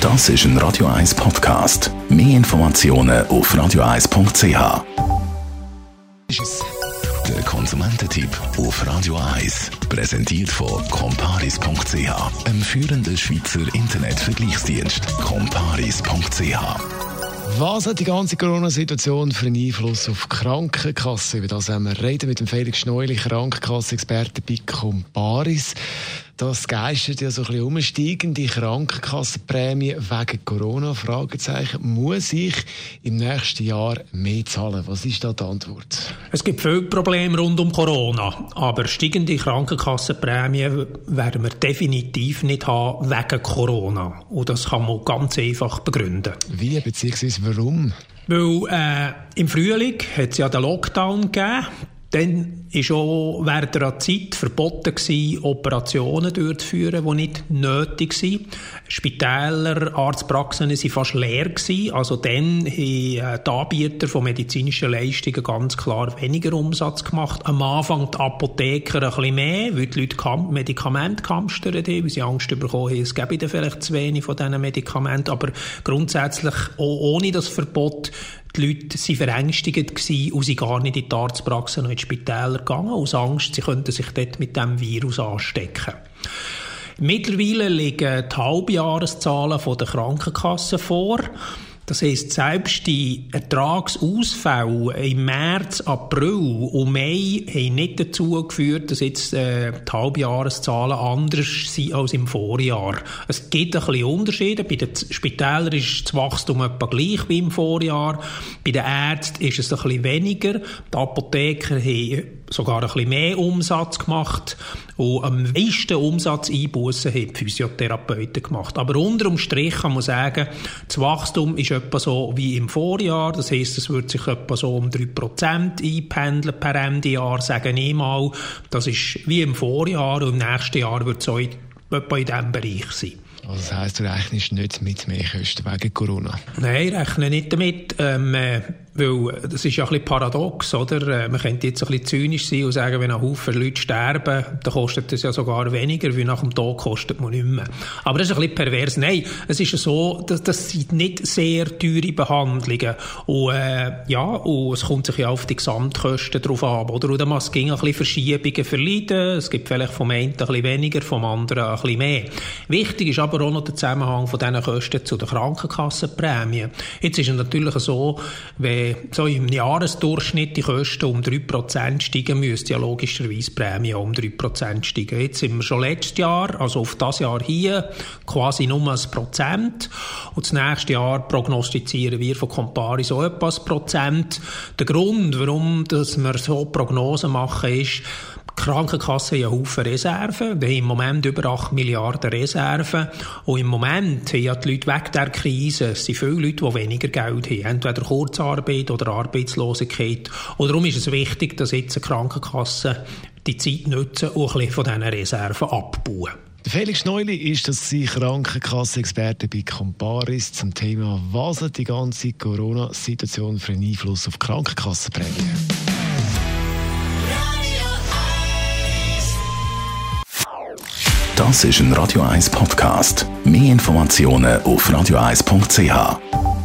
Das ist ein Radio 1 Podcast. Mehr Informationen auf radio1.ch. Der Konsumententipp auf Radio 1. Präsentiert von comparis.ch, einem führenden Schweizer Internetvergleichsdienst. comparis.ch. Was hat die ganze Corona-Situation für einen Einfluss auf die Krankenkasse? Über das haben wir reden mit dem Felix Schneuli, Krankenkassenexperte bei Comparis. Das geistert ja so ein bisschen umsteigende Krankenkassenprämie wegen Corona. Fragezeichen. Muss ich im nächsten Jahr mehr zahlen? Was ist da die Antwort? Es gibt viele Probleme rund um Corona, aber steigende Krankenkassenprämie werden wir definitiv nicht haben wegen Corona. Und das kann man ganz einfach begründen. Wie, beziehungsweise warum? Weil im Frühling hat es ja den Lockdown gegeben. Dann war auch während der Zeit verboten gewesen, Operationen durchzuführen, die nicht nötig waren. Spitäler, Arztpraxen waren fast leer gewesen. Also dann haben die Anbieter von medizinischen Leistungen ganz klar weniger Umsatz gemacht. Am Anfang die Apotheker ein bisschen mehr, weil die Leute Medikamente gehamstert haben, weil sie Angst bekommen haben, es gäbe dann vielleicht zu wenig von diesen Medikamenten. Aber grundsätzlich auch ohne das Verbot, die Leute waren verängstigt gewesen und sind gar nicht in die Arztpraxen und in die Spitäler gegangen, aus Angst, sie könnten sich dort mit diesem Virus anstecken. Mittlerweile liegen die Halbjahreszahlen der Krankenkassen vor. Das heisst, selbst die Ertragsausfälle im März, April und Mai haben nicht dazu geführt, dass jetzt die Halbjahreszahlen anders sind als im Vorjahr. Es gibt ein bisschen Unterschiede. Bei den Spitälern ist das Wachstum etwa gleich wie im Vorjahr. Bei den Ärzten ist es ein bisschen weniger. Die Apotheker haben sogar ein bisschen mehr Umsatz gemacht. Und am meisten Umsatzeinbussen haben die Physiotherapeuten gemacht. Aber unterm Strich kann man sagen, das Wachstum ist etwa so wie im Vorjahr. Das heisst, es wird sich etwa so um 3% einpendeln per Ende Jahr, sagen ich mal. Das ist wie im Vorjahr und im nächsten Jahr wird es auch etwa in diesem Bereich sein. Also das heisst, du rechnest nicht mit Mehrkosten wegen Corona? Nein, ich rechne nicht damit, weil das ist ja ein bisschen paradox, oder? Man könnte jetzt ein bisschen zynisch sein und sagen, wenn ein Haufen Leute sterben, dann kostet das ja sogar weniger, wie nach dem Tod kostet man nicht mehr. Aber das ist ein bisschen pervers. Nein, es ist ja so, das sind nicht sehr teure Behandlungen. Und und es kommt sich ja auf die Gesamtkosten drauf an, oder? Und dann muss es ein bisschen Verschiebungen verleiden. Es gibt vielleicht vom einen ein bisschen weniger, vom anderen ein bisschen mehr. Wichtig ist aber auch noch der Zusammenhang von diesen Kosten zu der Krankenkassenprämie. Jetzt ist es natürlich so, wenn so im Jahresdurchschnitt die Kosten um 3% steigen, müsste ja logischerweise die Prämie auch um 3% steigen. Jetzt sind wir schon letztes Jahr, also auf das Jahr hier, quasi nur 1%. Und das nächste Jahr prognostizieren wir von Comparis so etwa 1%. Der Grund, warum dass wir so Prognosen machen, ist, die Krankenkassen haben einen Haufen Reserven. Die haben im Moment über 8 Milliarden Reserven. Und im Moment haben ja die Leute wegen der Krise, es sind viele Leute, die weniger Geld haben. Entweder Kurzarbeit oder Arbeitslosigkeit. Und darum ist es wichtig, dass jetzt die Krankenkassen die Zeit nutzen und ein bisschen von diesen Reserven abbauen. Felix Schneuli ist das Krankenkassenexperte bei Comparis zum Thema, was hat die ganze Corona-Situation für einen Einfluss auf die Krankenkassenprämie? Das ist ein Radio 1 Podcast. Mehr Informationen auf radio1.ch.